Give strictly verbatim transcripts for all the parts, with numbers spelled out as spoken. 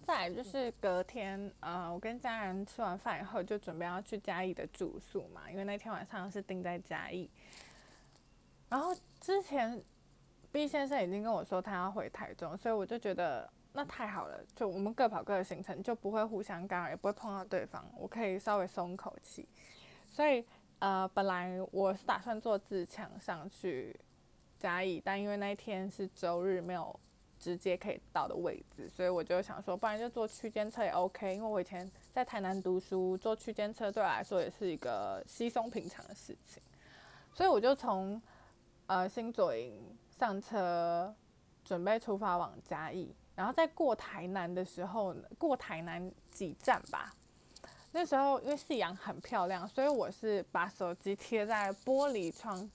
再来就是隔天，呃，我跟家人吃完饭以后，就准备要去嘉义的住宿嘛，因为那天晚上是定在嘉义。然后之前 B 先生已经跟我说他要回台中，所以我就觉得那太好了，就我们各跑各的行程，就不会互相干扰，也不会碰到对方，我可以稍微松口气。所以呃，本来我是打算坐自强上去嘉义，但因为那一天是周日，没有直接可以到的位置，所以我就想说，不然就坐区间车也 OK。因为我以前在台南读书，坐区间车对我来说也是一个稀松平常的事情，所以我就从呃新左营上车，准备出发往嘉义。然后在过台南的时候，过台南几站吧，那时候因为夕阳很漂亮，所以我是把手机贴在玻璃窗，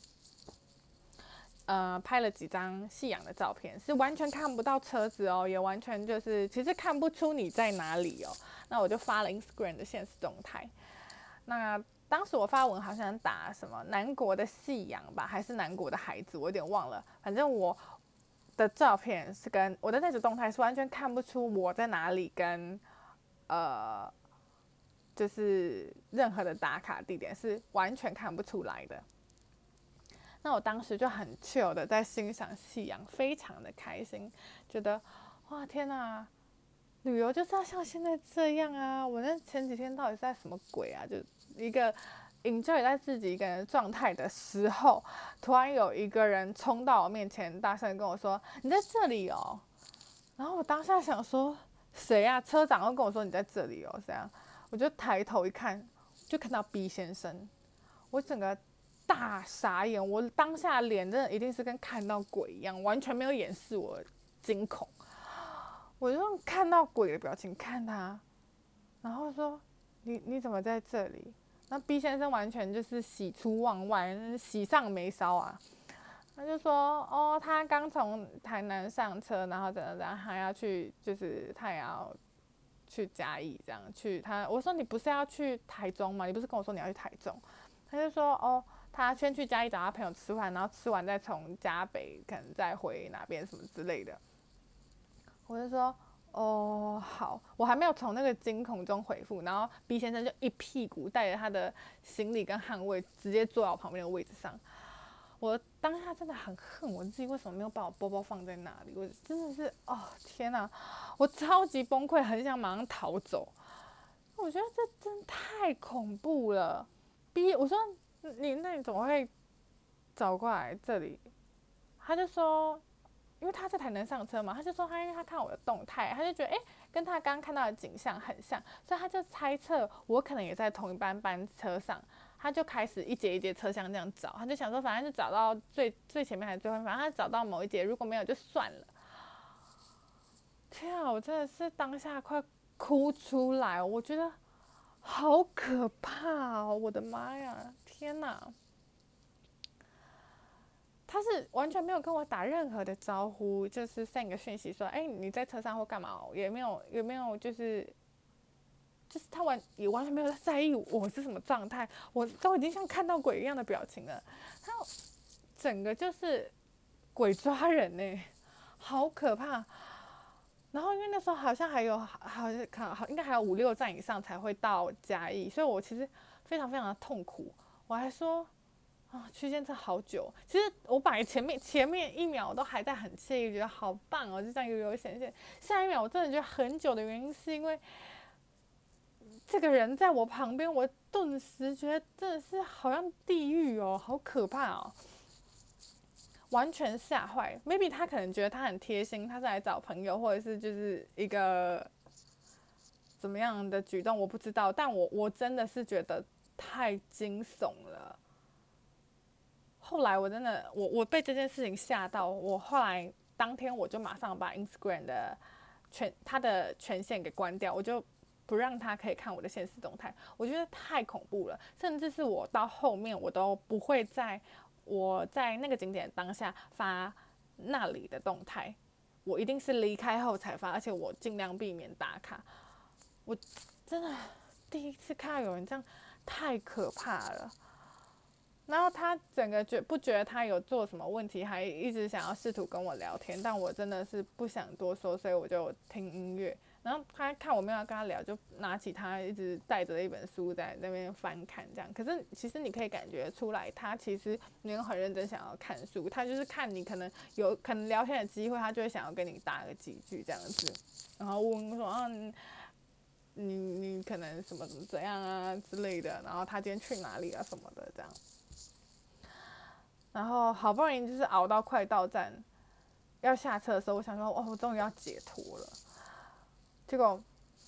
呃，拍了几张夕阳的照片，是完全看不到车子哦，也完全就是其实看不出你在哪里哦。那我就发了 Instagram 的现实动态。那当时我发文好像打什么南国的夕阳吧，还是南国的孩子，我有点忘了。反正我的照片是跟我的那组动态是完全看不出我在哪里跟呃就是任何的打卡地点是完全看不出来的。那我当时就很 chill 的在欣赏夕阳，非常的开心，觉得哇天哪，旅游就是要像现在这样啊！我那前几天到底是在什么鬼啊？就一个 enjoy 在自己一个人状态的时候，突然有一个人冲到我面前，大声跟我说：“你在这里哦！”然后我当下想说：“谁啊？”车长又跟我说：“你在这里哦。”这样，我就抬头一看，就看到 B 先生，我整个大傻眼，我当下脸真的一定是跟看到鬼一样，完全没有掩饰我惊恐。我就用看到鬼的表情看他，然后说：“你你怎么在这里？”那 B 先生完全就是喜出望外，喜上眉梢啊。他就说：“哦，他刚从台南上车，然后怎样怎样，他要去，就是他也要去嘉义这样去他。”我说：“你不是要去台中吗？你不是跟我说你要去台中？”他就说：“哦，他先去嘉义找他朋友吃饭，然后吃完再从嘉北可能再回哪边什么之类的。”我就说哦好，我还没有从那个惊恐中回复，然后 B 先生就一屁股带着他的行李跟捍卫，直接坐到我旁边的位置上。我当下真的很恨我自己，为什么没有把我包包放在那里？我真的是哦天哪，我超级崩溃，很想马上逃走。我觉得这真的太恐怖了。B 我说你那你怎么会找过来这里？他就说因为他在台南上车嘛，他就说他因为他看我的动态，他就觉得哎、欸，跟他刚刚看到的景象很像，所以他就猜测我可能也在同一班班车上，他就开始一节一节车厢这样找，他就想说反正就找到最最前面还是最后面，反正他找到某一节，如果没有就算了。天啊，我真的是当下快哭出来，我觉得好可怕哦！我的妈呀，天哪！他是完全没有跟我打任何的招呼，就是 send 个讯息说，哎、欸，你在车上或干嘛？也没有，也没有，就是就是他完也完全没有在意我是什么状态，我都已经像看到鬼一样的表情了。他整个就是鬼抓人呢、欸，好可怕。然后因为那时候好像还有好像好应该还有五六站以上才会到嘉义，所以我其实非常非常的痛苦。我还说啊，区间车好久。其实我本来前面前面一秒都还在很惬意，觉得好棒哦，就这样悠悠闲闲。下一秒我真的觉得很久的原因是因为这个人在我旁边，我顿时觉得真的是好像地狱哦，好可怕哦，完全吓坏。maybe 他可能觉得他很贴心，他是来找朋友，或者是就是一个怎么样的举动，我不知道。但我我真的是觉得太惊悚了。后来我真的，我我被这件事情吓到，我后来当天我就马上把 Instagram 的权它的权限给关掉，我就不让他可以看我的现实动态，我觉得太恐怖了，甚至是我到后面我都不会在我在那个景点当下发那里的动态，我一定是离开后才发，而且我尽量避免打卡。我真的第一次看到有人这样，太可怕了。然后他整个觉不觉得他有做什么问题，还一直想要试图跟我聊天，但我真的是不想多说，所以我就听音乐。 然后他看我没有要跟他聊，就拿起他一直带着的一本书在那边翻看这样。可是其实你可以感觉出来，他其实没有很认真想要看书，他就是看你可能有可能聊天的机会，他就会想要跟你搭个几句这样子，然后问说啊你你你可能什么怎么怎样啊之类的，然后他今天去哪里啊什么的这样。然后好不容易就是熬到快到站要下车的时候，我想说哦我终于要解脱了。结果，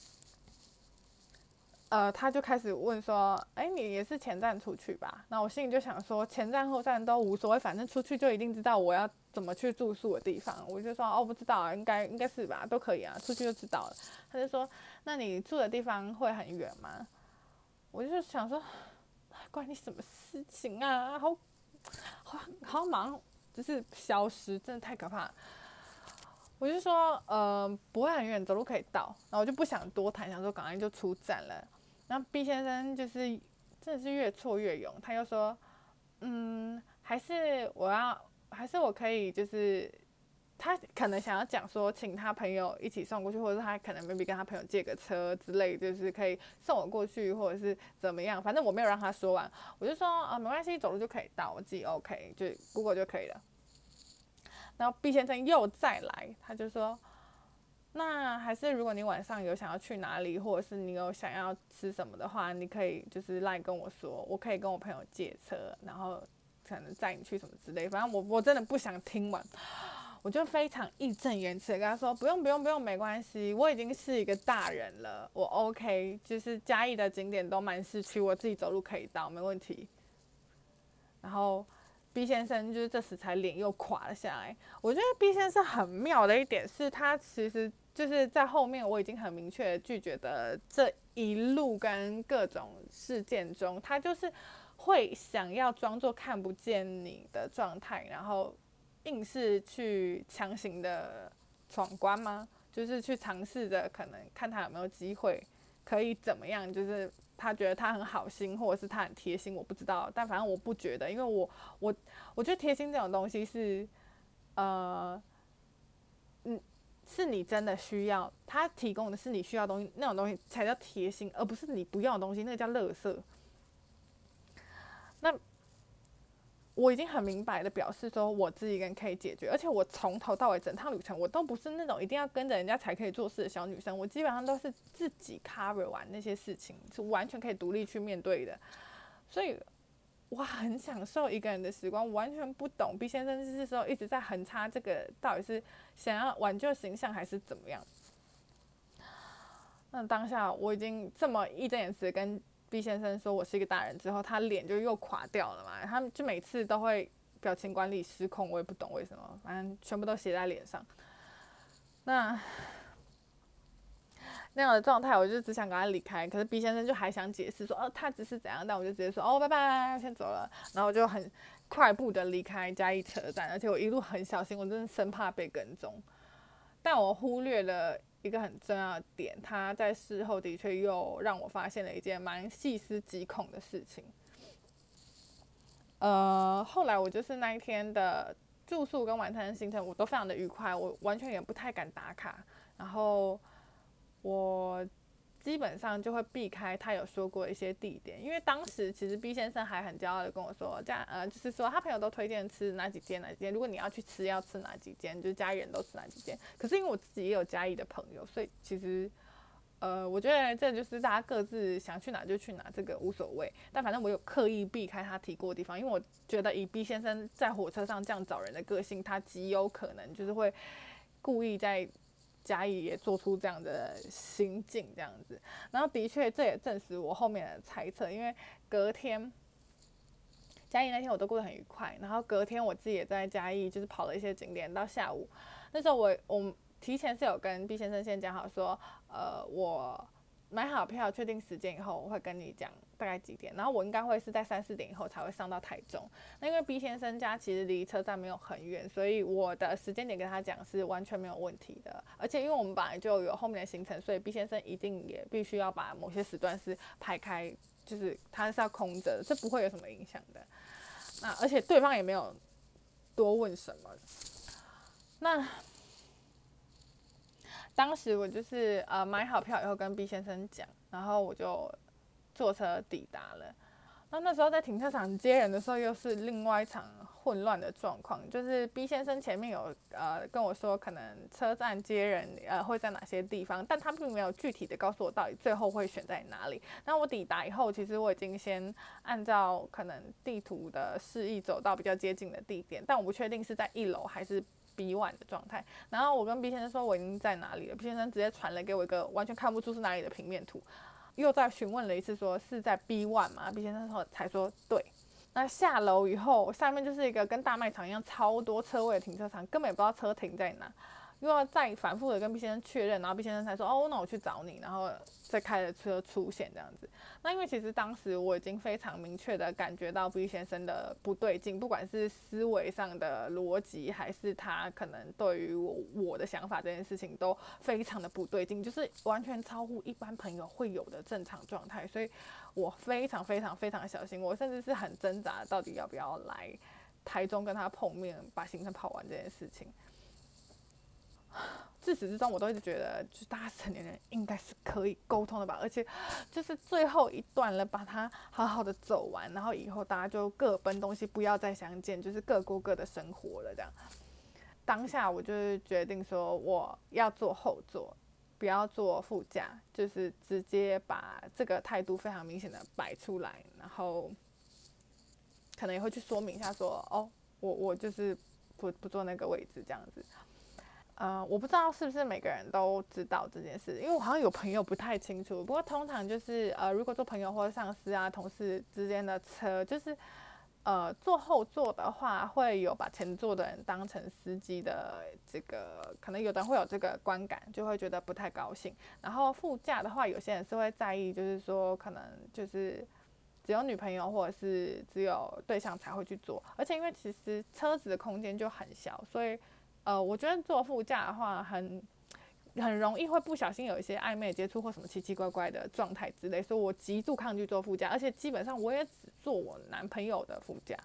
呃，他就开始问说：“哎，你也是前站出去吧？”那我心里就想说，前站后站都无所谓，反正出去就一定知道我要怎么去住宿的地方。我就说：“哦，不知道啊，应该应该是吧，都可以啊，出去就知道了。”他就说：“那你住的地方会很远吗？”我就想说，关你什么事情啊？好，好，好，马上就是消失，真的太可怕了。我就说，呃，不会很远，走路可以到。然后我就不想多谈，想说赶快就出站了。然后 B 先生就是真的是越挫越勇，他又说，嗯，还是我要，还是我可以，就是他可能想要讲说，请他朋友一起送过去，或者是他可能 maybe 跟他朋友借个车之类，就是可以送我过去，或者是怎么样。反正我没有让他说完，我就说啊，没关系，走路就可以到，我自己 OK，就 Google 就可以了。然后 B 先生又再来，他就说，那还是如果你晚上有想要去哪里，或者是你有想要吃什么的话，你可以就是来跟我说，我可以跟我朋友借车，然后可能载你去什么之类。反正我我真的不想听完，我就非常义正言辞的跟他说，不用不用不用，没关系，我已经是一个大人了，我 OK，就是嘉义的景点都蛮市区，我自己走路可以到，没问题。然后 B 先生就是这时才脸又垮了下来。我觉得 B 先生很妙的一点是，他其实就是在后面我已经很明确的拒绝的这一路跟各种事件中，他就是会想要装作看不见你的状态，然后硬是去强行的闯关吗？就是去尝试着可能看他有没有机会可以怎么样，就是他觉得他很好心，或者是他很贴心，我不知道，但反正我不觉得，因为我我我觉得贴心这种东西是，呃，嗯，是你真的需要，他提供的是你需要的东西，那种东西才叫贴心，而不是你不要的东西，那个叫垃圾。那我已经很明白的表示说我自己跟可以解决，而且我从头到尾整趟旅程我都不是那种一定要跟着人家才可以做事的小女生，我基本上都是自己 cover 完那些事情，是完全可以独立去面对的，所以我很享受一个人的时光，我完全不懂 B 先生这时候一直在横插这个到底是想要挽救形象还是怎么样。那当下我已经这么义正言辞跟 B 先生说我是一个大人之后，他脸就又垮掉了嘛。他们就每次都会表情管理失控，我也不懂为什么，反正全部都写在脸上。那那样的状态，我就只想赶快离开。可是 B 先生就还想解释说，哦，他只是怎样，但我就直接说，哦，拜拜，先走了。然后我就很快步的离开嘉义车站，而且我一路很小心，我真的生怕被跟踪。但我忽略了一个很重要的点，他在事后的确又让我发现了一件蛮细思极恐的事情。呃，后来我就是那一天的住宿跟晚餐的行程，我都非常的愉快，我完全也不太敢打卡，然后我基本上就会避开他有说过一些地点，因为当时其实 B 先生还很骄傲的跟我说，这样呃就是说他朋友都推荐吃哪几间哪几间，如果你要去吃要吃哪几间，就是家里人都吃哪几间。可是因为我自己也有嘉义的朋友，所以其实呃我觉得这就是大家各自想去哪就去哪，这个无所谓。但反正我有刻意避开他提过的地方，因为我觉得以 B 先生在火车上这样找人的个性，他极有可能就是会故意在嘉义也做出这样的行径，这样子。然后的确，这也证实我后面的猜测，因为隔天嘉义那天我都过得很愉快，然后隔天我自己也在嘉义就是跑了一些景点，到下午那时候我我提前是有跟毕先生先讲好说，呃，我买好票确定时间以后，我会跟你讲大概几点，然后我应该会是在三四点以后才会上到台中。那因为 B 先生家其实离车站没有很远，所以我的时间点跟他讲是完全没有问题的。而且因为我们本来就有后面的行程，所以 B 先生一定也必须要把某些时段是排开，就是他是要空着的，这不会有什么影响的。那而且对方也没有多问什么。那当时我就是呃买好票以后跟 B 先生讲，然后我就坐车抵达了。那那时候在停车场接人的时候，又是另外一场混乱的状况。就是 B 先生前面有呃跟我说，可能车站接人呃会在哪些地方，但他并没有具体的告诉我到底最后会选在哪里。那我抵达以后，其实我已经先按照可能地图的示意走到比较接近的地点，但我不确定是在一楼还是 B 一 的状态。然后我跟 B 先生说我已经在哪里了，B 先生直接传了给我一个完全看不出是哪里的平面图。又再询问了一次，说是在 B 一 吗 ？B 先生说才说对。那下楼以后，下面就是一个跟大卖场一样超多车位的停车场，根本也不知道车停在哪。又要再反复的跟 B 先生确认，然后 B 先生才说哦，那我去找你，然后再开着车出现这样子。那因为其实当时我已经非常明确的感觉到 B 先生的不对劲，不管是思维上的逻辑，还是他可能对于我我的想法这件事情都非常的不对劲，就是完全超乎一般朋友会有的正常状态，所以我非常非常非常小心，我甚至是很挣扎到底要不要来台中跟他碰面，把行程跑完这件事情。自始至终我都一直觉得，就是大家成年人应该是可以沟通的吧，而且就是最后一段了，把它好好的走完，然后以后大家就各奔东西，不要再相见，就是各过各的生活了这样。当下我就是决定说，我要坐后座，不要坐副驾，就是直接把这个态度非常明显的摆出来，然后可能也会去说明一下说，哦，我我就是不不坐那个位置这样子。呃，我不知道是不是每个人都知道这件事，因为我好像有朋友不太清楚。不过通常就是呃，如果做朋友或者上司啊、同事之间的车，就是呃坐后座的话，会有把前座的人当成司机的这个，可能有的人会有这个观感，就会觉得不太高兴。然后副驾的话，有些人是会在意，就是说可能就是只有女朋友或者是只有对象才会去坐，而且因为其实车子的空间就很小，所以。呃，我觉得坐副驾的话很，很容易会不小心有一些暧昧接触或什么奇奇怪怪的状态之类，所以我极度抗拒坐副驾，而且基本上我也只坐我男朋友的副驾。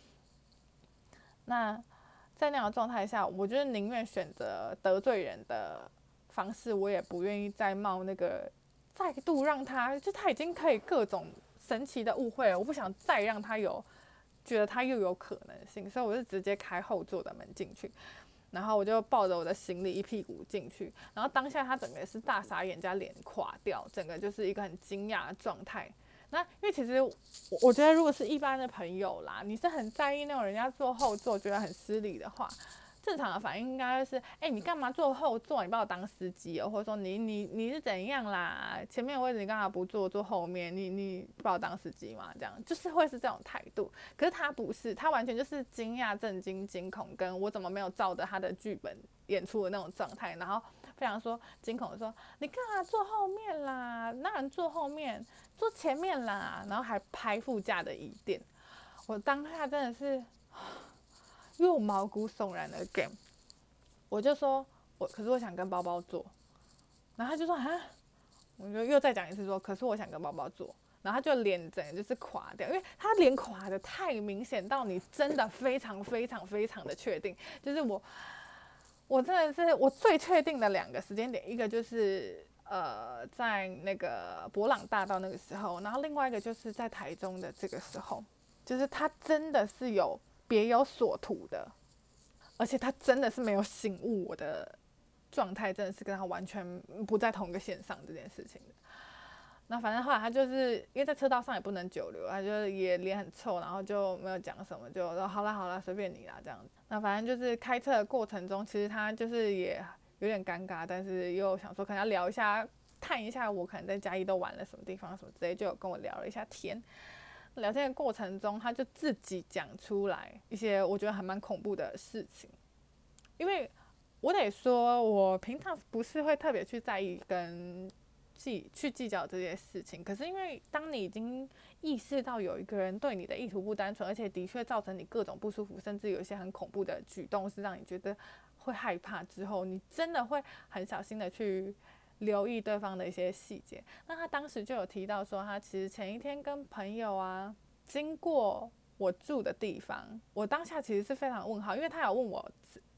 那在那样的状态下，我觉得宁愿选择得罪人的方式，我也不愿意再冒那个再度让他，就他已经可以各种神奇的误会了，我不想再让他有觉得他又有可能性，所以我就直接开后座的门进去。然后我就抱着我的行李一屁股进去，然后当下他整个是大傻眼加脸垮掉，整个就是一个很惊讶的状态。那因为其实我我觉得如果是一般的朋友啦，你是很在意那种人家坐后座觉得很失礼的话，正常的反应应该是，哎、欸，你干嘛坐后座？你把我当司机哦，或者说你你你是怎样啦？前面的位置你干嘛不坐，坐后面？你你把我当司机嘛？这样就是会是这种态度。可是他不是，他完全就是惊讶、震惊、惊恐，跟我怎么没有照着他的剧本演出的那种状态，然后非常说惊恐的说，你干嘛坐后面啦？那人坐后面，坐前面啦，然后还拍副驾的椅垫。我当下真的是。又毛骨悚然的 game， 我就说，我可是我想跟包包坐，然后他就说啊，我就又再讲一次说，可是我想跟包包坐，然后他就脸整个就是垮掉，因为他脸垮的太明显到你真的非常非常非常的确定，就是我，我真的是我最确定的两个时间点，一个就是呃在那个博朗大道那个时候，然后另外一个就是在台中的这个时候，就是他真的是有。别有所图的，而且他真的是没有醒悟我的状态，真的是跟他完全不在同一个线上这件事情的。那反正后来他就是因为在车道上也不能久留，他就也脸很臭，然后就没有讲什么，就说好啦好啦随便你啦这样子。那反正就是开车的过程中，其实他就是也有点尴尬，但是又想说可能要聊一下，探一下我可能在嘉义都玩了什么地方什么之类，就有跟我聊了一下天。聊天的过程中，他就自己讲出来一些我觉得还蛮恐怖的事情，因为我得说，我平常不是会特别去在意跟计去计较这些事情，可是因为当你已经意识到有一个人对你的意图不单纯，而且的确造成你各种不舒服，甚至有一些很恐怖的举动是让你觉得会害怕之后，你真的会很小心的去留意对方的一些细节。那他当时就有提到说，他其实前一天跟朋友啊经过我住的地方，我当下其实是非常问号，因为他有问我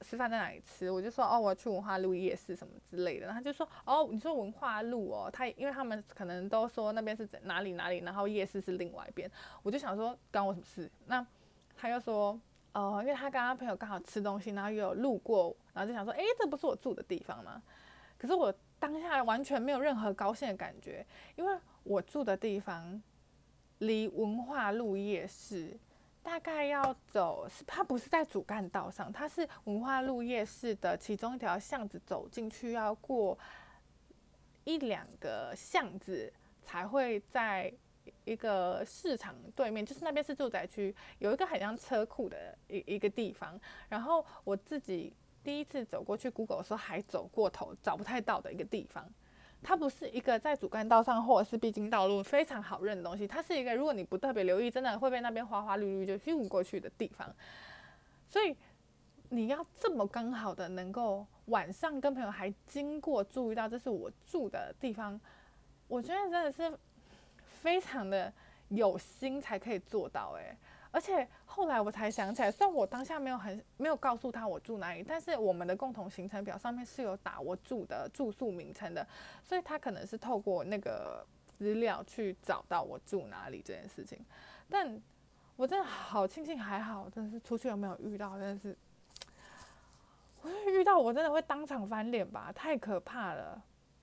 吃饭在哪里吃，我就说哦，我要去文化路夜市什么之类的。然后他就说哦，你说文化路哦，他因为他们可能都说那边是哪里哪里，然后夜市是另外一边。我就想说关我什么事？那他又说哦，因为他跟他朋友刚好吃东西，然后又有路过，然后就想说，哎，这不是我住的地方吗？可是我当下完全没有任何高兴的感觉，因为我住的地方离文化路夜市大概要走，它不是在主干道上，它是文化路夜市的其中一条巷子，走进去要过一两个巷子才会在一个市场对面，就是那边是住宅区，有一个很像车库的一一个地方。然后我自己第一次走过去 Google 的时候，还走过头找不太到的一个地方。它不是一个在主干道上或者是必经道路非常好认的东西，它是一个如果你不特别留意，真的会被那边花花绿绿就咻过去的地方。所以你要这么刚好的能够晚上跟朋友还经过注意到这是我住的地方，我觉得真的是非常的有心才可以做到哎、欸。而且后来我才想起来，虽然我当下没有很没有告诉他我住哪里，但是我们的共同行程表上面是有打我住的住宿名称的，所以他可能是透过那个资料去找到我住哪里这件事情。但我真的好庆幸，还好，真的是出去有没有遇到，真的是，我遇到我真的会当场翻脸吧，太可怕了。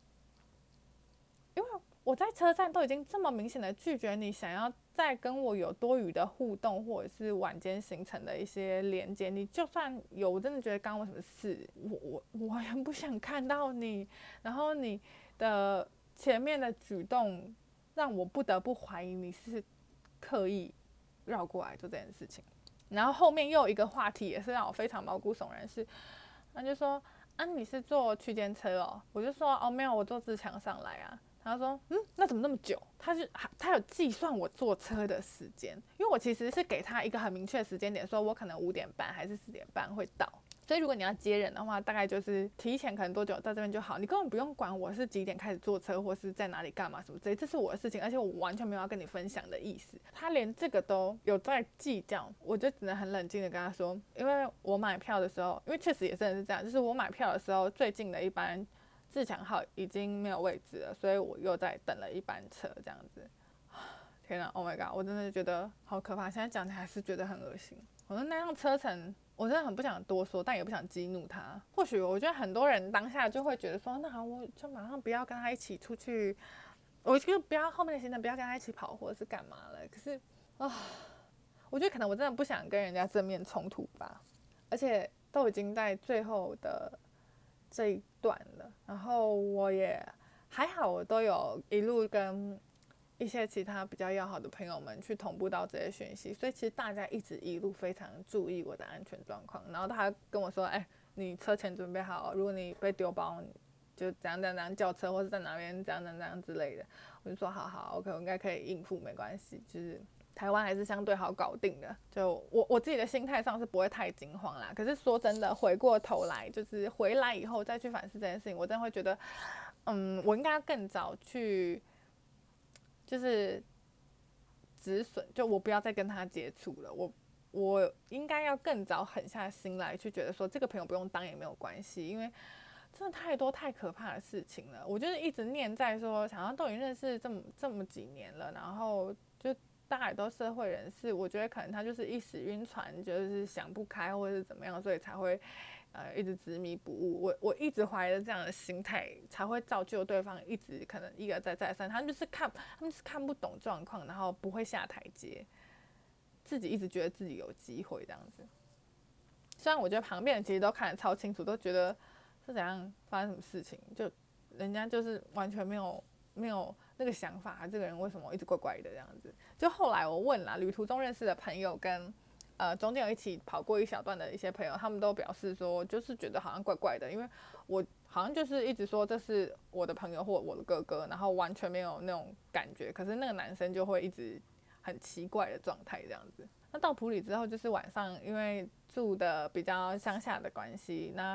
因为我在车站都已经这么明显的拒绝你想要再跟我有多余的互动，或者是晚间行程的一些连接，你就算有，我真的觉得干我什么事，我我我完全不想看到你，然后你的前面的举动让我不得不怀疑你是刻意绕过来做这件事情。然后后面又有一个话题也是让我非常毛骨悚然，是他就说啊你是坐区间车哦，我就说哦没有，我坐自强上来啊。他说嗯那怎么那么久？他就他有计算我坐车的时间，因为我其实是给他一个很明确的时间点，说我可能五点半还是四点半会到。所以如果你要接人的话，大概就是提前可能多久到这边就好，你根本不用管我是几点开始坐车或是在哪里干嘛什么之类，这是我的事情，而且我完全没有要跟你分享的意思。他连这个都有在计较，我就只能很冷静的跟他说，因为我买票的时候，因为确实也真的是这样，就是我买票的时候最近的一班自强号已经没有位置了，所以我又在等了一班车这样子。天啊 ，Oh my god！我真的觉得好可怕，现在讲起来还是觉得很恶心。我的那趟车程，我真的很不想多说，但也不想激怒他。或许我觉得很多人当下就会觉得说，那好，我就马上不要跟他一起出去，我就不要后面的行程不要跟他一起跑或者是干嘛了。可是啊，我觉得可能我真的不想跟人家正面冲突吧，而且都已经在最后的这一段了，然后我也还好，我都有一路跟一些其他比较要好的朋友们去同步到这些讯息，所以其实大家一直一路非常注意我的安全状况。然后他还跟我说：“哎、欸，你车钱准备好，如果你被丢包，就怎样怎样叫车，或是在哪边怎样怎样之类的。”我就说：“好好 ，OK， 我应该可以应付，没关系。”就是台湾还是相对好搞定的。就我我自己的心态上是不会太惊慌啦。可是说真的，回过头来，就是回来以后再去反思这件事情，我真的会觉得，嗯，我应该要更早去。就是止损，就我不要再跟他接触了。我我应该要更早狠下心来，去觉得说这个朋友不用当也没有关系，因为真的太多太可怕的事情了。我就是一直念在说，好像都已经认识这么这么几年了，然后就大家也都社会人士，我觉得可能他就是一时晕船，就是想不开或者是怎么样，所以才会。呃，一直执迷不悟，我我一直怀着这样的心态，才会造就对方一直可能一而再再三，他们就是看，他们就是看不懂状况，然后不会下台阶，自己一直觉得自己有机会这样子。虽然我觉得旁边人其实都看得超清楚，都觉得是怎样发生什么事情，就人家就是完全没有没有那个想法，这个人为什么一直怪怪的这样子。就后来我问啦，旅途中认识的朋友跟。呃，中间有一起跑过一小段的一些朋友，他们都表示说，就是觉得好像怪怪的，因为我好像就是一直说这是我的朋友或我的哥哥，然后完全没有那种感觉，可是那个男生就会一直很奇怪的状态这样子。那到埔里之后，就是晚上因为住的比较乡下的关系，那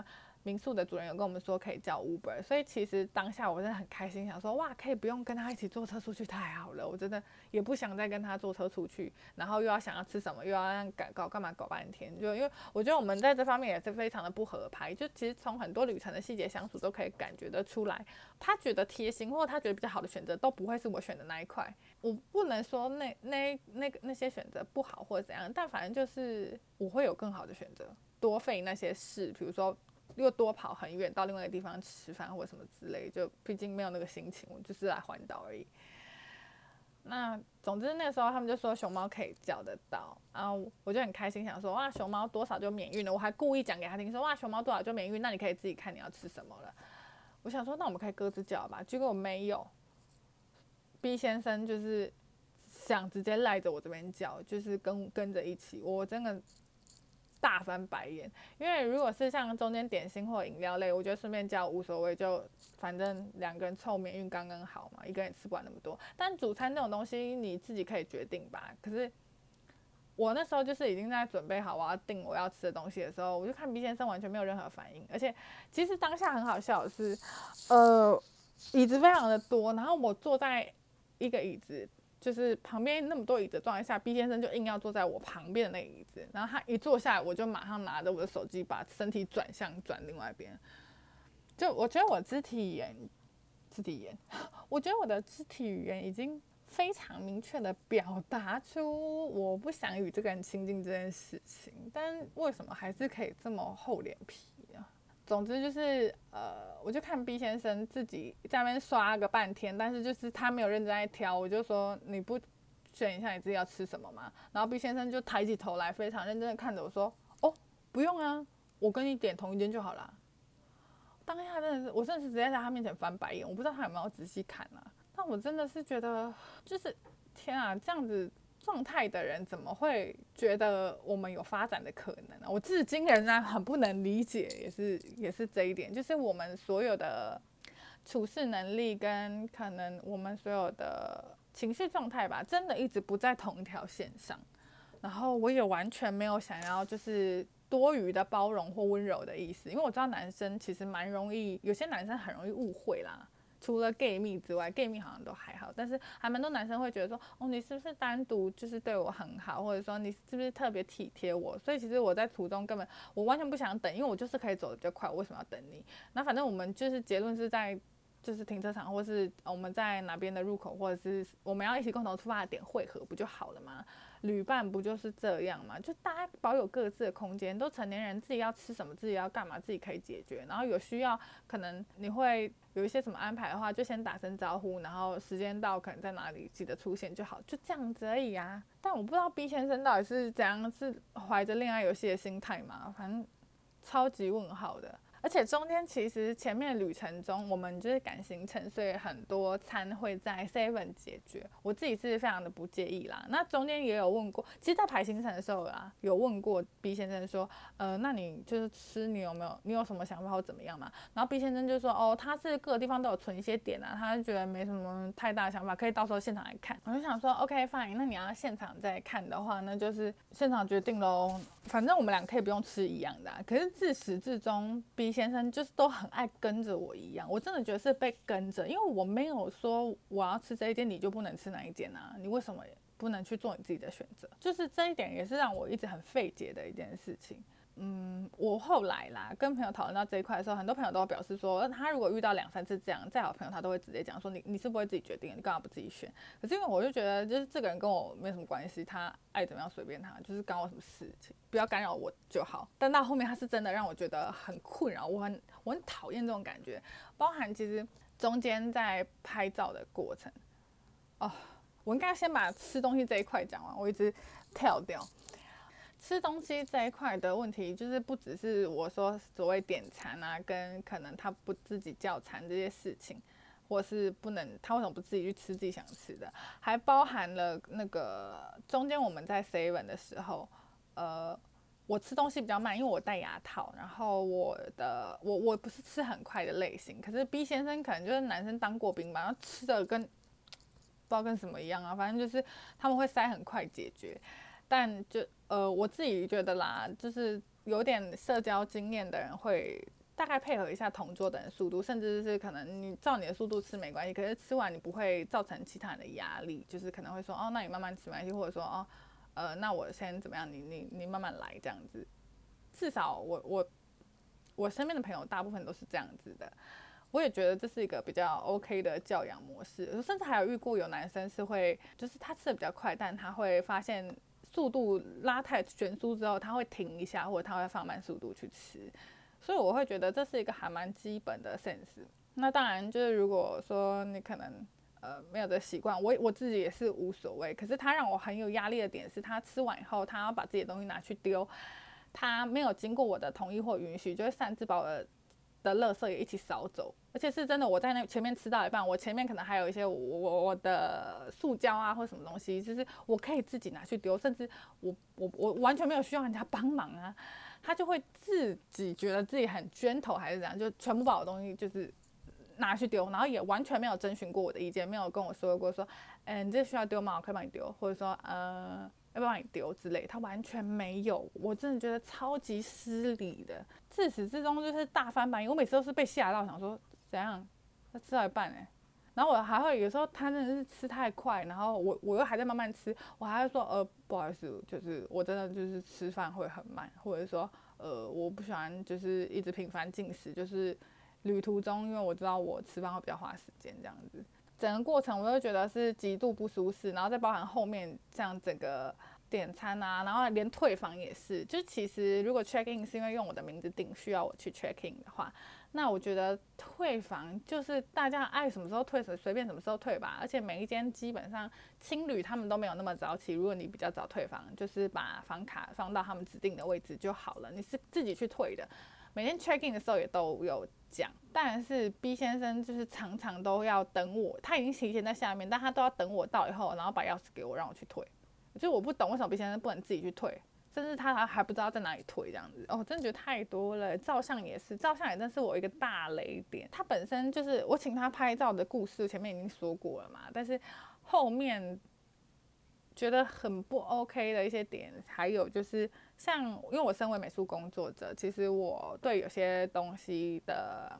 民宿的主人有跟我们说可以叫 Uber， 所以其实当下我真的很开心，想说哇，可以不用跟他一起坐车出去，太好了！我真的也不想再跟他坐车出去，然后又要想要吃什么，又要让搞搞干嘛搞半天，就因为我觉得我们在这方面也是非常的不合拍，就其实从很多旅程的细节相处都可以感觉得出来，他觉得贴心或者他觉得比较好的选择都不会是我选的那一块。我不能说那那那个那些选择不好或者怎样，但反正就是我会有更好的选择，多费那些事，比如说又多跑很远到另外一个地方吃饭或者什么之类，就毕竟没有那个心情，我就是来环岛而已。那总之那时候他们就说熊猫可以叫得到，然后我就很开心，想说哇熊猫多少就免运了，我还故意讲给他听说哇熊猫多少就免运，那你可以自己看你要吃什么了。我想说那我们可以各自叫吧，结果没有。B 先生就是想直接赖着我这边叫，就是跟跟着一起，我真的大翻白眼。因为如果是像中间点心或饮料类，我觉得顺便叫无所谓，就反正两个人凑免运刚刚好嘛，一个人也吃不完那么多。但主餐这种东西你自己可以决定吧。可是我那时候就是已经在准备好我要订我要吃的东西的时候，我就看 B 先生完全没有任何反应，而且其实当下很好笑的是，呃，椅子非常的多，然后我坐在一个椅子，就是旁边那么多椅子的状态下 ，B 先生就硬要坐在我旁边的那个椅子，然后他一坐下来，我就马上拿着我的手机把身体转向转另外一边。就我觉得我肢体语言，肢体语言，我觉得我的肢体语言已经非常明确的表达出我不想与这个人亲近这件事情，但为什么还是可以这么厚脸皮？总之就是，呃，我就看 B 先生自己在那边刷个半天，但是就是他没有认真在挑，我就说你不选一下你自己要吃什么吗？然后 B 先生就抬起头来，非常认真的看着我说，哦，不用啊，我跟你点同一间就好啦。当下真的是，我真的是直接在他面前翻白眼，我不知道他有没有仔细看啊。但我真的是觉得，就是天啊，这样子状态的人怎么会觉得我们有发展的可能呢？我至今仍然很不能理解，也是也是这一点，就是我们所有的处事能力跟可能我们所有的情绪状态吧，真的一直不在同一条线上。然后我也完全没有想要就是多余的包容或温柔的意思，因为我知道男生其实蛮容易，有些男生很容易误会啦。除了 gay 蜜之外 ，gay 蜜好像都还好，但是还蛮多男生会觉得说，哦，你是不是单独就是对我很好，或者说你是不是特别体贴我？所以其实我在途中根本我完全不想等，因为我就是可以走得比较快，我为什么要等你？那反正我们就是结论是在就是停车场，或是我们在哪边的入口，或者是我们要一起共同出发的点汇合，不就好了吗？旅伴不就是这样吗？就大家保有各自的空间，都成年人，自己要吃什么，自己要干嘛，自己可以解决。然后有需要，可能你会有一些什么安排的话，就先打声招呼，然后时间到可能在哪里记得出现就好，就这样子而已啊。但我不知道 B 先生到底是怎样，是怀着恋爱游戏的心态嘛？反正超级问号的。而且中间其实前面旅程中，我们就是赶行程，所以很多餐会在 seven 解决。我自己是非常的不介意啦。那中间也有问过，其实，在排行程的时候啦，有问过 B 先生说，呃，那你就是吃，你有没有，你有什么想法或怎么样嘛？然后 B 先生就说，哦，他是各个地方都有存一些点啊，他就觉得没什么太大的想法，可以到时候现场来看。我就想说 ，OK fine，那你要现场再看的话，那就是现场决定咯。反正我们俩可以不用吃一样的啊。可是自始至终 ，B 先生就是都很爱跟着我一样，我真的觉得是被跟着，因为我没有说我要吃这一间你就不能吃那一间啊，你为什么不能去做你自己的选择？就是这一点也是让我一直很费解的一件事情。嗯，我后来啦跟朋友讨论到这一块的时候，很多朋友都表示说，他如果遇到两三次这样，再好的朋友他都会直接讲说你你是不会自己决定，你干嘛不自己选？可是因为我就觉得，就是这个人跟我没什么关系，他爱怎么样随便他，就是干我什么事情，不要干扰我就好。但到后面他是真的让我觉得很困扰，我很我很讨厌这种感觉，包含其实中间在拍照的过程，哦，我应该先把吃东西这一块讲完，我一直跳掉。吃东西这一块的问题，就是不只是我说所谓点餐啊，跟可能他不自己叫餐这些事情，或是不能他为什么不自己去吃自己想吃的，还包含了那个中间我们在 seven 的时候，呃，我吃东西比较慢，因为我戴牙套，然后我的我我不是吃很快的类型，可是 B 先生可能就是男生当过兵吧，然后吃的跟不知道跟什么一样啊，反正就是他们会塞很快解决。但就呃我自己觉得啦，就是有点社交经验的人会大概配合一下同桌的人速度，甚至是可能你照你的速度吃没关系，可是吃完你不会造成其他人的压力，就是可能会说哦，那你慢慢吃没关系，或者说哦，呃，那我先怎么样，你你你慢慢来这样子。至少我我我身边的朋友大部分都是这样子的，我也觉得这是一个比较 OK 的教养模式。甚至还有遇过有男生是会，就是他吃的比较快，但他会发现速度拉太悬殊之后，他会停一下，或者他会放慢速度去吃。所以我会觉得这是一个还蛮基本的 sense。那当然就是如果说你可能呃没有这习惯，我我自己也是无所谓。可是他让我很有压力的点是，他吃完以后，他要把自己的东西拿去丢，他没有经过我的同意或允许，就会擅自把我的的垃圾也一起扫走。而且是真的，我在那前面吃到一半，我前面可能还有一些我我我的塑胶啊或什么东西，就是我可以自己拿去丢，甚至我我我完全没有需要人家帮忙啊。他就会自己觉得自己很捐头还是怎样，就全部把我的东西就是拿去丢，然后也完全没有征询过我的意见，没有跟我说过说，嗯、欸，你这需要丢吗？我可以帮你丢，或者说呃要不要帮你丢之类，他完全没有，我真的觉得超级失礼的，自始至终就是大翻白眼，我每次都是被吓到，想说怎样，他吃到一半哎、欸。然后我还会有时候他真的是吃太快，然后我我又还在慢慢吃，我还会说呃不好意思，就是我真的就是吃饭会很慢，或者说呃我不喜欢就是一直频繁进食，就是旅途中因为我知道我吃饭会比较花时间这样子，整个过程我都觉得是极度不舒适，然后再包含后面这样整个点餐啊，然后连退房也是，就其实如果 check in 是因为用我的名字订需要我去 check in 的话。那我觉得退房就是大家爱什么时候退随便什么时候退吧，而且每一间基本上青旅他们都没有那么早起，如果你比较早退房，就是把房卡放到他们指定的位置就好了，你是自己去退的。每天 check in 的时候也都有讲，但是 B 先生就是常常都要等我，他已经提前在下面，但他都要等我到以后，然后把钥匙给我让我去退。就我不懂为什么 B 先生不能自己去退。甚至他还不知道在哪里退这样子哦，真的觉得太多了。照相也是，照相也真是我一个大雷点。他本身就是我请他拍照的故事，前面已经说过了嘛，但是后面觉得很不 OK 的一些点，还有就是像因为我身为美术工作者，其实我对有些东西的。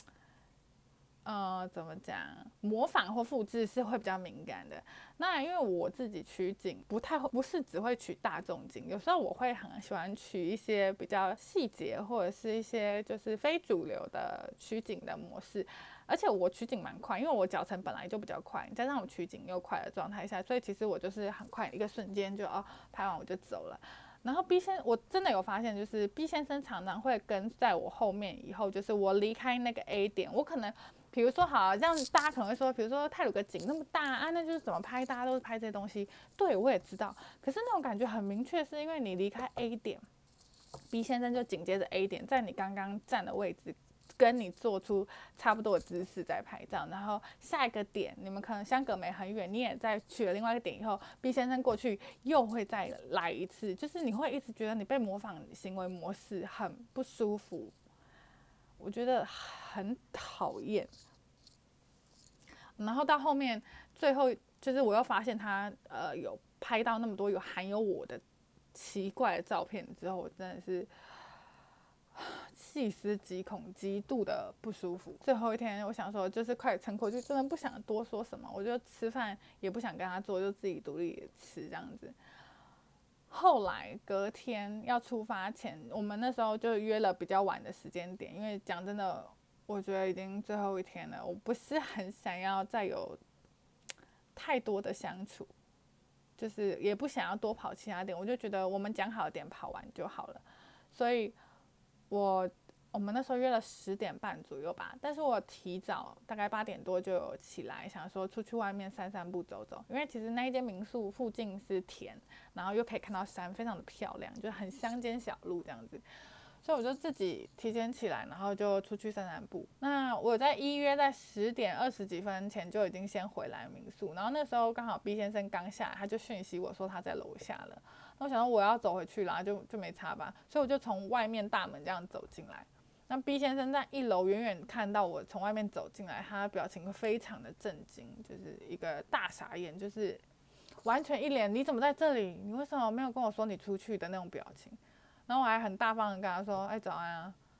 呃，怎么讲？模仿或复制是会比较敏感的。那因为我自己取景不太不是只会取大众景，有时候我会很喜欢取一些比较细节或者是一些就是非主流的取景的模式。而且我取景蛮快，因为我脚程本来就比较快，加上我取景又快的状态下，所以其实我就是很快一个瞬间就哦拍完我就走了。然后 B 先，我真的有发现，就是 B 先生常常会跟在我后面，以后就是我离开那个 A 点，我可能。比如说，好，这样大家可能会说，比如说太鲁阁景那么大啊，那就是怎么拍，大家都是拍这些东西。对，我也知道，可是那种感觉很明确，是因为你离开 A 点 ，B 先生就紧接着 A 点，在你刚刚站的位置，跟你做出差不多的姿势在拍照，然后下一个点，你们可能相隔没很远，你也在去了另外一个点以后 ，B 先生过去又会再来一次，就是你会一直觉得你被模仿行为模式很不舒服。我觉得很讨厌，然后到后面最后就是我又发现他呃有拍到那么多有含有我的奇怪的照片之后，我真的是细思极恐，极度的不舒服。最后一天，我想说就是快撑过去，真的不想多说什么，我就吃饭也不想跟他做，就自己独立吃这样子。后来隔天要出发前，我们那时候就约了比较晚的时间点，因为讲真的，我觉得已经最后一天了，我不是很想要再有太多的相处，就是也不想要多跑其他点，我就觉得我们讲好的点跑完就好了，所以我。我们那时候约了十点半左右吧，但是我提早大概八点多就有起来，想说出去外面散散步走走，因为其实那一间民宿附近是田，然后又可以看到山，非常的漂亮，就很乡间小路这样子，所以我就自己提前起来，然后就出去散散步。那我在依约在十点二十几分前就已经先回来民宿，然后那时候刚好 B 先生刚下来，他就讯息我说他在楼下了，那我想说我要走回去啦，就就没差吧，所以我就从外面大门这样走进来。那 B 先生在一楼远远看到我从外面走进来，他表情非常的震惊，就是一个大傻眼，就是完全一脸你怎么在这里？你为什么没有跟我说你出去的那种表情？然后我还很大方的跟他说：“哎，早安啊。”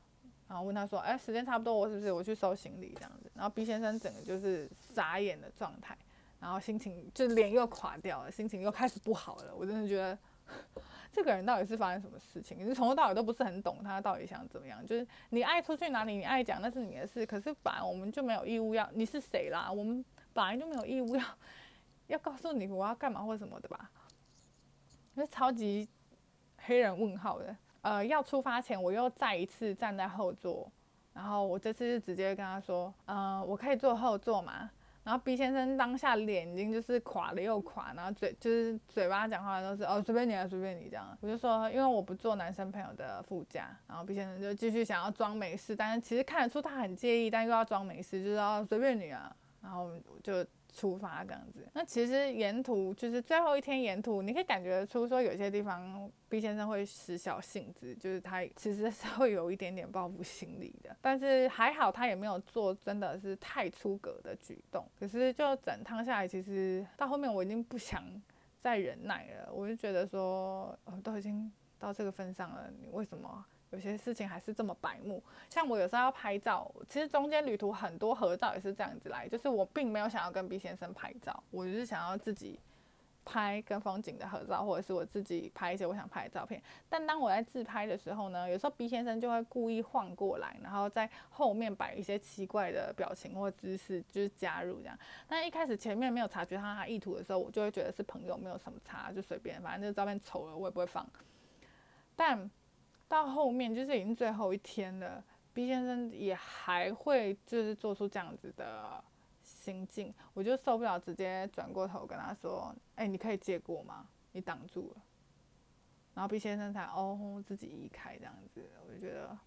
然后问他说，哎，时间差不多，我是不是我去收行李这样子？然后 B 先生整个就是傻眼的状态，然后心情就脸又垮掉了，心情又开始不好了。我真的觉得这个人到底是发生什么事情？你从头到尾都不是很懂他到底想怎么样。就是你爱出去哪里，你爱讲那是你的事，可是本来我们就没有义务要，你是谁啦？我们本来就没有义务要要告诉你我要干嘛或什么的吧？因为超级黑人问号的。呃，要出发前，我又再一次站在后座，然后我这次就直接跟他说，呃，我可以坐后座吗？然后 B 先生当下脸已经就是垮了又垮，然后嘴就是嘴巴讲话都是哦随便你啊随便你这样。我就说因为我不坐男生朋友的副驾，然后 B 先生就继续想要装没事，但是其实看得出他很介意，但又要装没事，就是要随便你啊，然后我就出发这样子。那其实沿途就是最后一天沿途，你可以感觉出说有些地方 B 先生会使小性子，就是他其实是会有一点点报复心理的，但是还好他也没有做真的是太出格的举动。可是就整趟下来，其实到后面我已经不想再忍耐了，我就觉得说，哦，都已经到这个份上了，你为什么有些事情还是这么白目？像我有时候要拍照，其实中间旅途很多合照也是这样子来，就是我并没有想要跟 B 先生拍照，我就是想要自己拍跟风景的合照，或者是我自己拍一些我想拍的照片。但当我在自拍的时候呢，有时候 B 先生就会故意晃过来，然后在后面摆一些奇怪的表情或姿势，就是加入这样。但一开始前面没有察觉到他意图的时候，我就会觉得是朋友，没有什么差，就随便，反正这个照片丑了我也不会放。但到后面就是已经最后一天了 ，B 先生也还会就是做出这样子的心境，我就受不了，直接转过头跟他说：“哎、欸，你可以借过吗？你挡住了。”然后 B 先生才哦自己移开这样子，我就觉得，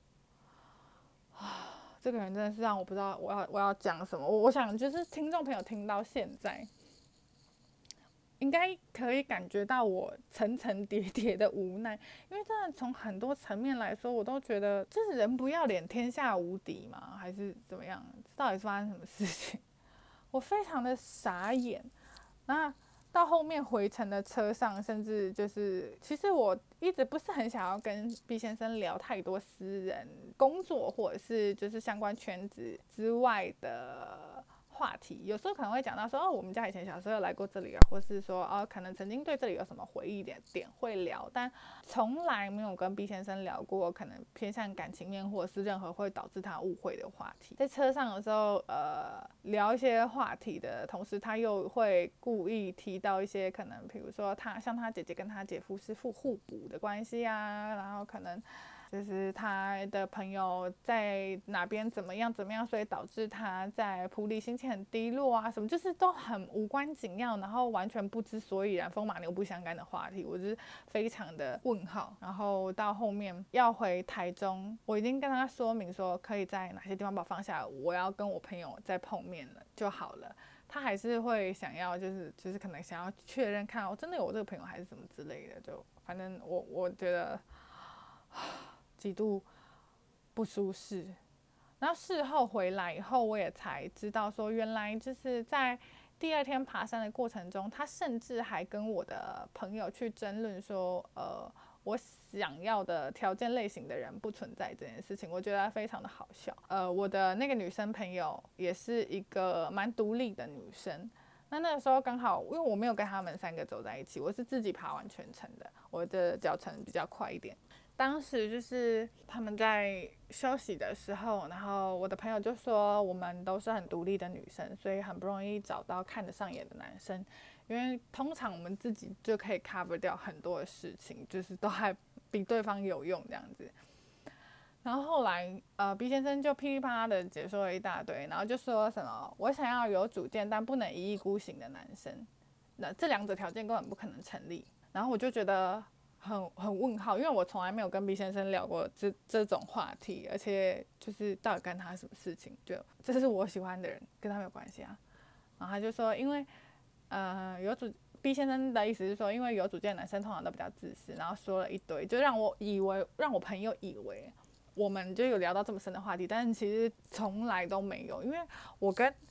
啊，这个人真的是让我不知道我要我要讲什么。我我想就是听众朋友听到现在，应该可以感觉到我层层叠叠的无奈，因为真的从很多层面来说，我都觉得这是人不要脸天下无敌吗？还是怎么样？到底是发生什么事情？我非常的傻眼。那到后面回程的车上，甚至就是其实我一直不是很想要跟 B 先生聊太多私人工作或者是就是相关圈子之外的话题，有时候可能会讲到说，哦，我们家以前小时候有来过这里啊，或是说，哦，可能曾经对这里有什么回忆点点会聊，但从来没有跟 B 先生聊过可能偏向感情面或者是任何会导致他误会的话题。在车上的时候，呃，聊一些话题的同时，他又会故意提到一些可能，比如说他像他姐姐跟他姐夫是互互补的关系啊，然后可能。就是他的朋友在哪边怎么样怎么样，所以导致他在埔里心情很低落啊，什么就是都很无关紧要，然后完全不知所以然，风马牛不相干的话题，我就是非常的问号。然后到后面要回台中，我已经跟他说明说可以在哪些地方把我放下，我要跟我朋友再碰面了就好了。他还是会想要，就是就是可能想要确认看我真的有我这个朋友还是什么之类的，就反正我我觉得。极度不舒适，然后事后回来以后，我也才知道说，原来就是在第二天爬山的过程中，他甚至还跟我的朋友去争论说，呃，我想要的条件类型的人不存在这件事情，我觉得非常的好笑。呃，我的那个女生朋友也是一个蛮独立的女生。那那个时候刚好，因为我没有跟他们三个走在一起，我是自己爬完全程的，我的脚程比较快一点。当时就是他们在休息的时候，然后我的朋友就说我们都是很独立的女生，所以很不容易找到看得上眼的男生，因为通常我们自己就可以 cover 掉很多的事情，就是都还比对方有用这样子。然后后来，呃 ，B 先生就噼里啪啦的解说了一大堆，然后就说什么我想要有主见但不能一意孤行的男生，那这两者条件根本不可能成立。然后我就觉得。很很问号，因为我从来没有跟 B 先生聊过这这种话题，而且就是到底干他什么事情？就这是我喜欢的人，跟他没有关系啊。然后他就说，因为呃有主 B 先生的意思是说，因为有主见的男生通常都比较自私，然后说了一堆，就让我以为让我朋友以为我们就有聊到这么深的话题，但是其实从来都没有，因为我跟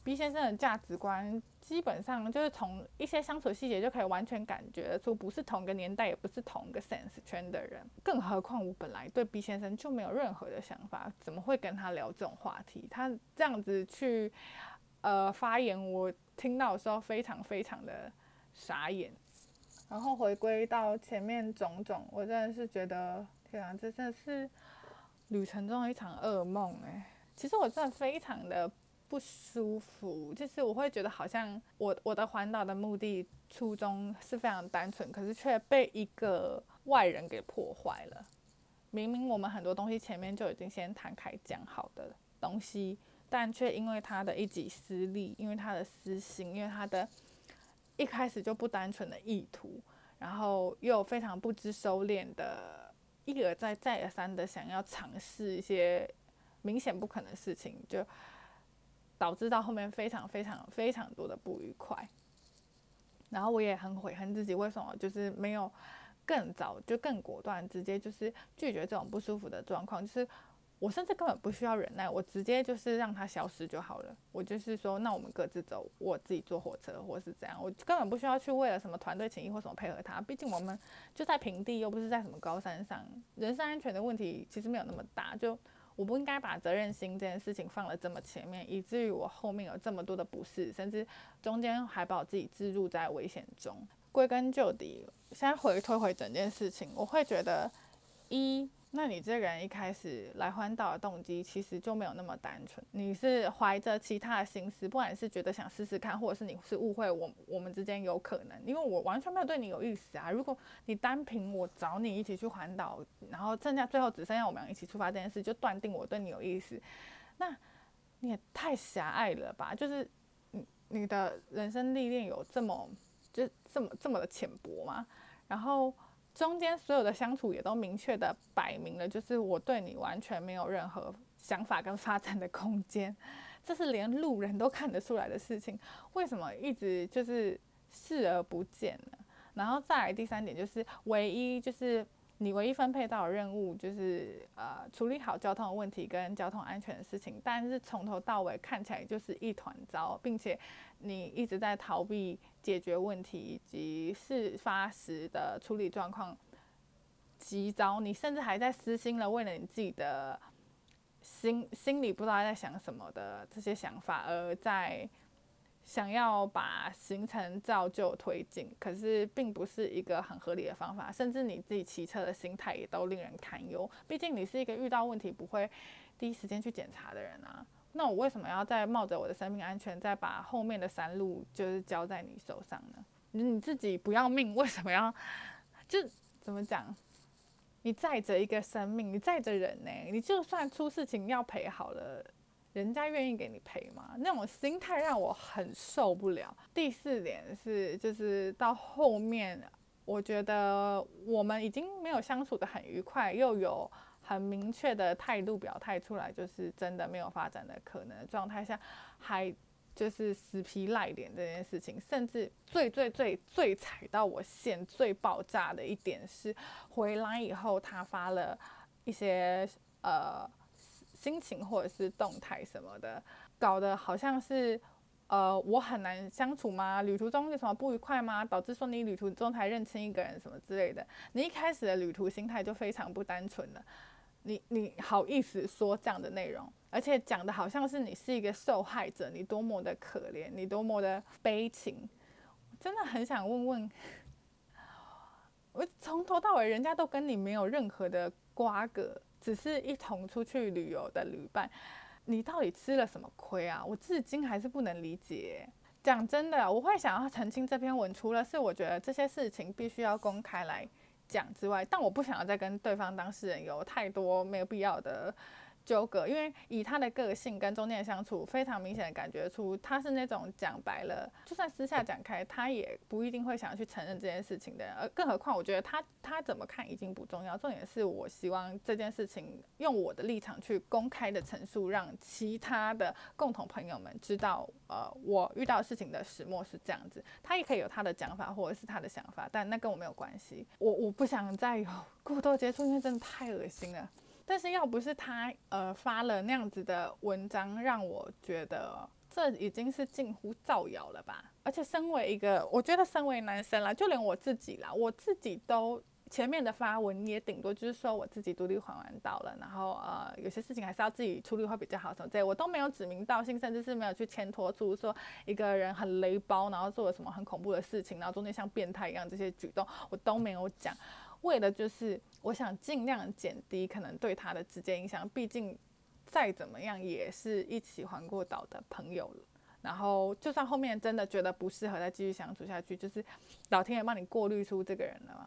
B 先生的价值观基本上就是从一些相处细节就可以完全感觉得出，不是同个年代，也不是同个 sense 圈的人。更何况我本来对 B 先生就没有任何的想法，怎么会跟他聊这种话题？他这样子去呃发言，我听到的时候非常非常的傻眼。然后回归到前面种种，我真的是觉得，天啊，这真的是旅程中的一场噩梦哎。其实我真的非常的不舒服，就是我会觉得好像我我的环岛的目的初衷是非常单纯，可是却被一个外人给破坏了。明明我们很多东西前面就已经先摊开讲好的东西，但却因为他的一己私利，因为他的私心，因为他的一开始就不单纯的意图，然后又非常不知收敛的，一而再再而三的想要尝试一些明显不可能的事情，就导致到后面非常非常非常多的不愉快。然后我也很悔恨自己为什么就是没有更早就更果断，直接就是拒绝这种不舒服的状况，就是我甚至根本不需要忍耐，我直接就是让它消失就好了。我就是说，那我们各自走，我自己坐火车或是怎样，我根本不需要去为了什么团队情谊或什么配合他。毕竟我们就在平地，又不是在什么高山上，人身安全的问题其实没有那么大。就我不应该把责任心这件事情放了这么前面，以至于我后面有这么多的不适，甚至中间还把我自己置入在危险中。归根究底，现在回推回整件事情，我会觉得一。那你这个人一开始来环岛的动机其实就没有那么单纯，你是怀着其他的心思，不管是觉得想试试看，或者是你是误会我我们之间有可能，因为我完全没有对你有意思啊。如果你单凭我找你一起去环岛，然后剩下最后只剩下我们俩一起出发这件事，就断定我对你有意思，那你也太狭隘了吧？就是你你的人生历练有这么就这么这么的浅薄吗？然后。中间所有的相处也都明确的摆明了，就是我对你完全没有任何想法跟发展的空间，这是连路人都看得出来的事情，为什么一直就是视而不见呢？然后再来第三点就是唯一就是你唯一分配到的任务就是呃处理好交通的问题跟交通安全的事情，但是从头到尾看起来就是一团糟，并且你一直在逃避解决问题以及事发时的处理状况极糟，你甚至还在私心了，为了你自己的心心里不知道在想什么的这些想法，而在想要把行程照旧推进，可是并不是一个很合理的方法，甚至你自己骑车的心态也都令人堪忧。毕竟你是一个遇到问题不会第一时间去检查的人啊，那我为什么要再冒着我的生命安全，再把后面的山路就是交在你手上呢？你自己不要命，为什么要就怎么讲？你载着一个生命，你载着人呢、欸，你就算出事情要赔好了。人家愿意给你赔吗？那种心态让我很受不了。第四点是，就是到后面，我觉得我们已经没有相处得很愉快，又有很明确的态度表态出来，就是真的没有发展的可能的状态下，还就是死皮赖脸这件事情，甚至最最最最踩到我线最爆炸的一点是，回来以后他发了一些呃。心情或者是动态什么的，搞得好像是呃我很难相处吗？旅途中有什么不愉快吗？导致说你旅途中才认清一个人什么之类的。你一开始的旅途心态就非常不单纯了，你你好意思说这样的内容，而且讲的好像是你是一个受害者，你多么的可怜，你多么的悲情。真的很想问问，我从头到尾人家都跟你没有任何的瓜葛。只是一同出去旅游的旅伴，你到底吃了什么亏啊？我至今还是不能理解。讲真的，我会想要澄清这篇文，除了是我觉得这些事情必须要公开来讲之外，但我不想要再跟对方当事人有太多没有必要的纠葛，因为以他的个性跟中间的相处，非常明显的感觉出他是那种讲白了，就算私下讲开，他也不一定会想要去承认这件事情的人。而更何况，我觉得他他怎么看已经不重要，重点是我希望这件事情用我的立场去公开的陈述，让其他的共同朋友们知道，呃，我遇到事情的始末是这样子。他也可以有他的讲法或者是他的想法，但那跟我没有关系。我我不想再有过多接触，因为真的太恶心了。但是要不是他呃发了那样子的文章，让我觉得这已经是近乎造谣了吧？而且身为一个，我觉得身为男生啦，就连我自己啦，我自己都前面的发文也顶多就是说我自己独立环完岛了，然后呃有些事情还是要自己处理会比较好什么之类，我都没有指名道姓，甚至是没有去牵拖出说一个人很雷包，然后做了什么很恐怖的事情，然后中间像变态一样这些举动，我都没有讲，为的就是我想尽量减低可能对他的直接影响，毕竟再怎么样也是一起环过岛的朋友了。然后，就算后面真的觉得不适合再继续相处下去，就是老天爷帮你过滤出这个人了嘛。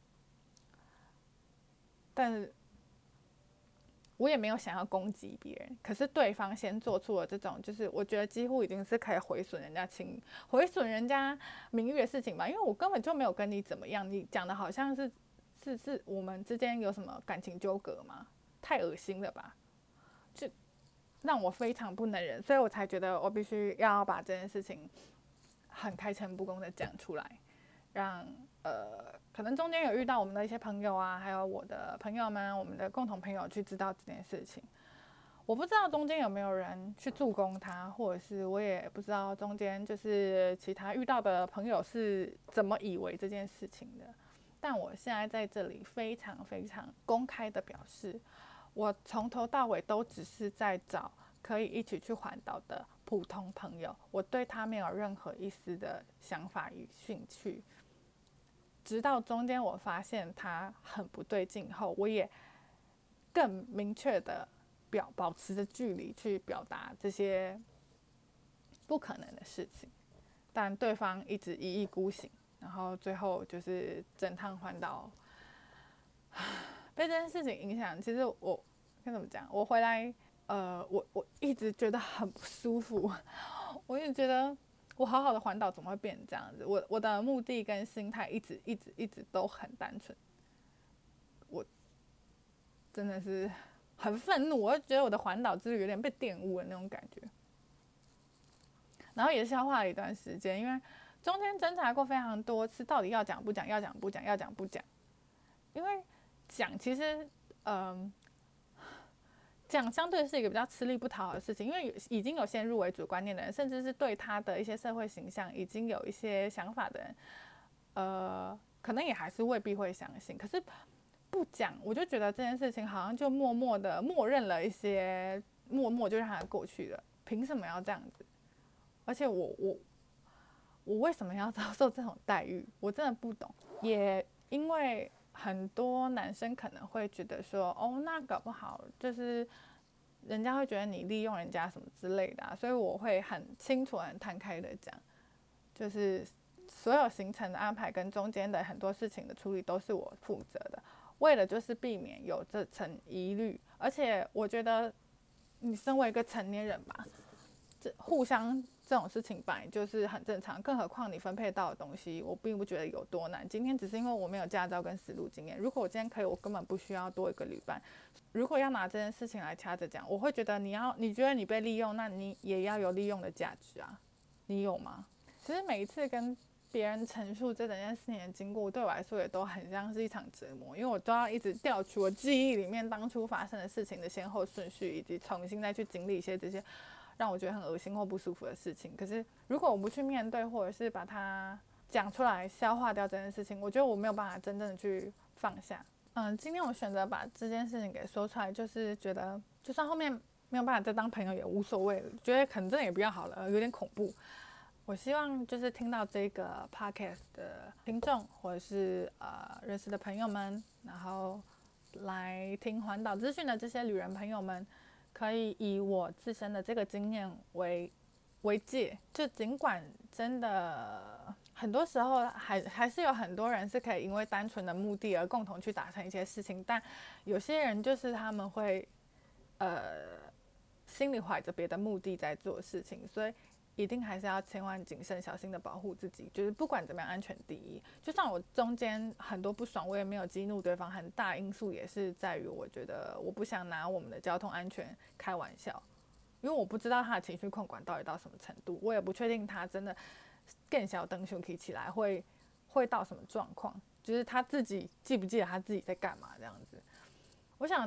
但是我也没有想要攻击别人，可是对方先做出了这种，就是我觉得几乎已经是可以毁损人家情、毁损人家名誉的事情吧。因为我根本就没有跟你怎么样，你讲的好像是是是我们之间有什么感情纠葛吗？太恶心了吧！就让我非常不能忍，所以我才觉得我必须要把这件事情很开诚布公的讲出来，让呃可能中间有遇到我们的一些朋友啊，还有我的朋友们，我们的共同朋友去知道这件事情。我不知道中间有没有人去助攻他，或者是我也不知道中间就是其他遇到的朋友是怎么以为这件事情的。但我现在在这里非常非常公开的表示，我从头到尾都只是在找可以一起去环岛的普通朋友，我对他没有任何一丝的想法与兴趣。直到中间我发现他很不对劲后，我也更明确的表保持着距离去表达这些不可能的事情，但对方一直一意孤行，然后最后就是整趟环岛被这件事情影响。其实我该怎么讲？我回来，呃，我我一直觉得很不舒服，我也觉得我好好的环岛怎么会变成这样子？我我的目的跟心态一直一直一直都很单纯，我真的是很愤怒，我就觉得我的环岛之旅有点被玷污的那种感觉。然后也消化了一段时间，因为中间挣扎过非常多次，到底要讲不讲，要讲不讲，要讲不讲。因为讲其实，嗯，讲相对是一个比较吃力不讨好的事情，因为已经有先入为主观念的人，甚至是对他的一些社会形象已经有一些想法的人，呃，可能也还是未必会相信。可是不讲，我就觉得这件事情好像就默默的默认了一些，默默就让它过去了。凭什么要这样子？而且我我我为什么要遭受这种待遇？我真的不懂。也因为很多男生可能会觉得说，哦，那搞不好就是人家会觉得你利用人家什么之类的啊，所以我会很清楚、很摊开的讲，就是所有行程的安排跟中间的很多事情的处理都是我负责的，为了就是避免有这层疑虑。而且我觉得你身为一个成年人吧，这互相这种事情本来就是很正常，更何况你分配到的东西，我并不觉得有多难。今天只是因为我没有驾照跟实路经验，如果我今天可以，我根本不需要多一个旅伴。如果要拿这件事情来掐着讲，我会觉得你要，你觉得你被利用，那你也要有利用的价值啊，你有吗？其实每一次跟别人陈述这整件事情的经过，对我来说也都很像是一场折磨，因为我都要一直调取我记忆里面当初发生的事情的先后顺序，以及重新再去经历一些这些让我觉得很恶心或不舒服的事情。可是如果我不去面对，或者是把它讲出来消化掉这件事情，我觉得我没有办法真正的去放下。嗯，今天我选择把这件事情给说出来，就是觉得就算后面没有办法再当朋友也无所谓了，觉得可能真的也不要好了，有点恐怖。我希望就是听到这个 podcast 的听众，或者是呃认识的朋友们，然后来听环岛资讯的这些旅人朋友们，可以以我自身的这个经验为为戒。就尽管真的很多时候还还是有很多人是可以因为单纯的目的而共同去达成一些事情，但有些人就是他们会呃心里怀着别的目的在做事情，所以一定还是要千万谨慎小心的保护自己，就是不管怎么样安全第一。就像我中间很多不爽，我也没有激怒对方，很大因素也是在于我觉得我不想拿我们的交通安全开玩笑，因为我不知道他的情绪控管到底到什么程度，我也不确定他真的更小灯熊提起来会会到什么状况，就是他自己记不记得他自己在干嘛这样子。我想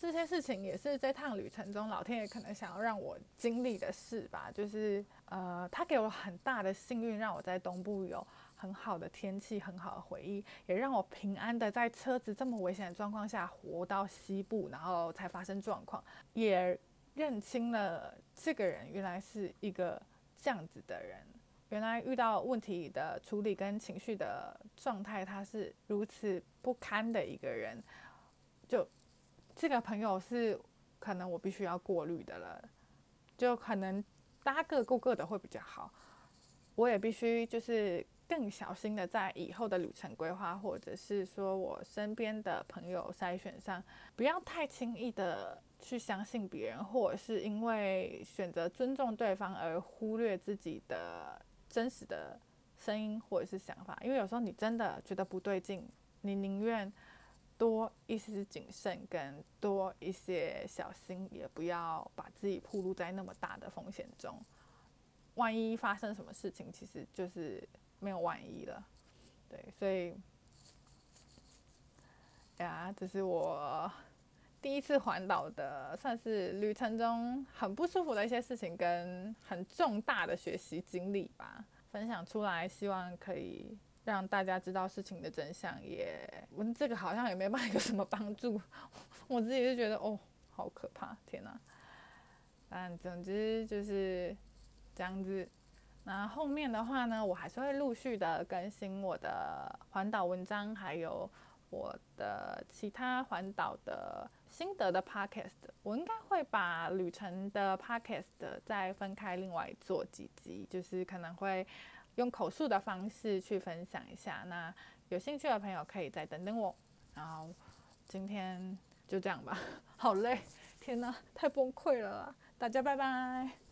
这些事情也是这趟旅程中老天爷可能想要让我经历的事吧，就是呃，他给我很大的幸运，让我在东部有很好的天气，很好的回忆，也让我平安的在车子这么危险的状况下活到西部，然后才发生状况，也认清了这个人原来是一个这样子的人，原来遇到问题的处理跟情绪的状态，他是如此不堪的一个人，就这个朋友是可能我必须要过滤的了，就可能大家各过各的会比较好，我也必须就是更小心的在以后的旅程规划，或者是说我身边的朋友筛选上，不要太轻易的去相信别人，或者是因为选择尊重对方而忽略自己的真实的声音或者是想法，因为有时候你真的觉得不对劲，你宁愿多一丝谨慎跟多一些小心，也不要把自己暴露在那么大的风险中。万一发生什么事情，其实就是没有万一了。对，所以呀，这是我第一次环岛的，算是旅程中很不舒服的一些事情，跟很重大的学习经历吧，分享出来，希望可以让大家知道事情的真相。也，我这个好像也没办法有什么帮助，我自己就觉得哦，好可怕，天哪！但总之就是这样子。那后面的话呢，我还是会陆续的更新我的环岛文章，还有我的其他环岛的心得的 podcast。我应该会把旅程的 podcast 再分开另外做几集，就是可能会用口述的方式去分享一下。那有兴趣的朋友可以再等等我。然后今天就这样吧，好累，天哪，太崩溃了啦，大家拜拜。